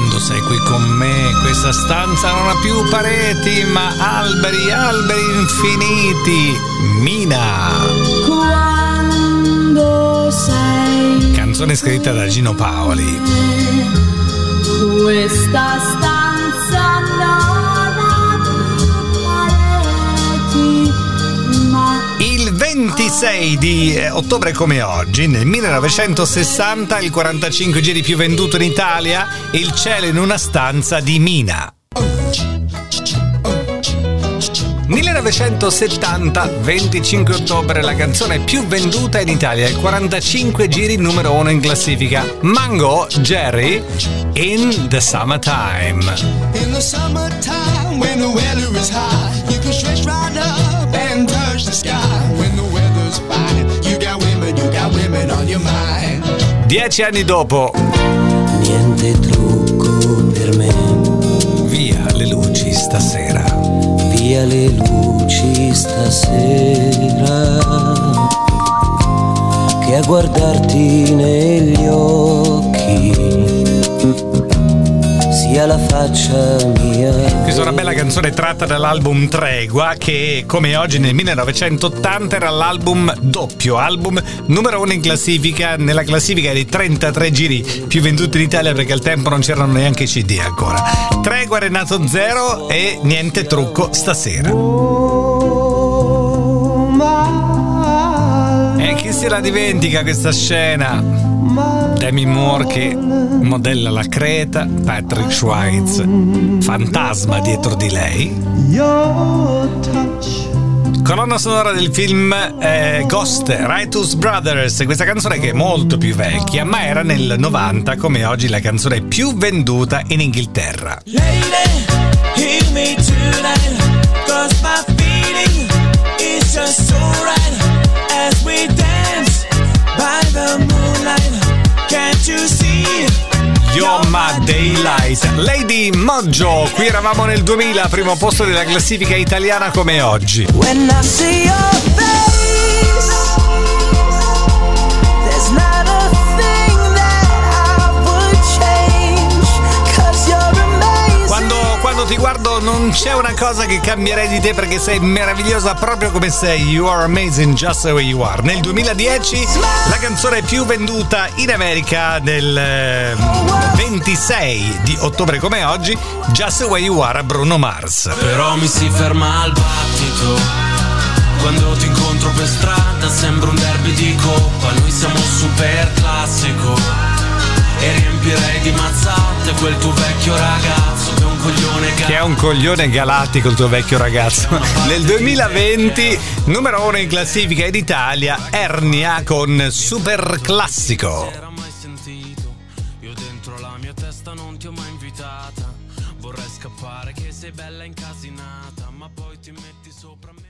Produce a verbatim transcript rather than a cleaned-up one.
quando sei qui con me. Questa stanza non ha più pareti, ma alberi, alberi infiniti. Mina. Quando sei. Canzone scritta da Gino Paoli. Questa stanza non ha più pareti, ma Il ventisei di ottobre come oggi, nel millenovecentosessanta, il quarantacinque giri più venduto in Italia, Il cielo in una stanza di Mina. millenovecentosettanta, venticinque ottobre, la canzone più venduta in Italia, il quarantacinque giri numero uno in classifica. Mango, Jerry, In the Summertime. In the summertime, when the weather is high, you can stretch right up and touch the sky. When the weather's fine, you got women, you got women on your mind. Dieci anni dopo, Niente trucco per me, via le luci stasera. via le luci stasera, che a guardarti negli occhi sia la faccia mia. Questa è una bella canzone tratta dall'album Tregua, che come oggi nel millenovecentottanta era l'album doppio, album numero uno in classifica, nella classifica dei trentatré giri più venduti in Italia, perché al tempo non c'erano neanche C D ancora. Tregua, Renato Zero e Niente trucco stasera. E chi se la dimentica questa scena? Demi Moore che modella la creta, Patrick Swayze fantasma dietro di lei. Colonna sonora del film eh, Ghost, Righteous Brothers. Questa canzone che è molto più vecchia, ma era nel novanta come oggi la canzone più venduta in Inghilterra. Lady, hear me tonight, 'cause my feeling is just so right as we dance by the moonlight. Can't you see? You're my daylight. Lady Mojo, qui eravamo nel duemila, primo posto della classifica italiana come oggi. When I see your face, there's not a thing that I would change, 'cause you're amazing. Quando, quando ti guardo non c'è una cosa che cambierei di te, perché sei meravigliosa proprio come sei. You are amazing just the way you are. Nel duemiladieci la canzone più venduta in America del eh, ventisei di ottobre come oggi, Just the way you are, a Bruno Mars. Però mi si ferma al battito quando ti incontro per strada, sembra un derby di coppa. Noi siamo super classico e riempirei di mazzate quel tuo vecchio ragazzo che è un coglione ga- Che è un coglione galattico il tuo vecchio ragazzo. Nel duemilaventi, numero uno in classifica in Italia, Ernia con Super Classico. Era mai sentito, io dentro la mia testa non ti ho mai invitata. Vorrei scappare che sei bella incasinata, ma poi ti metti sopra me.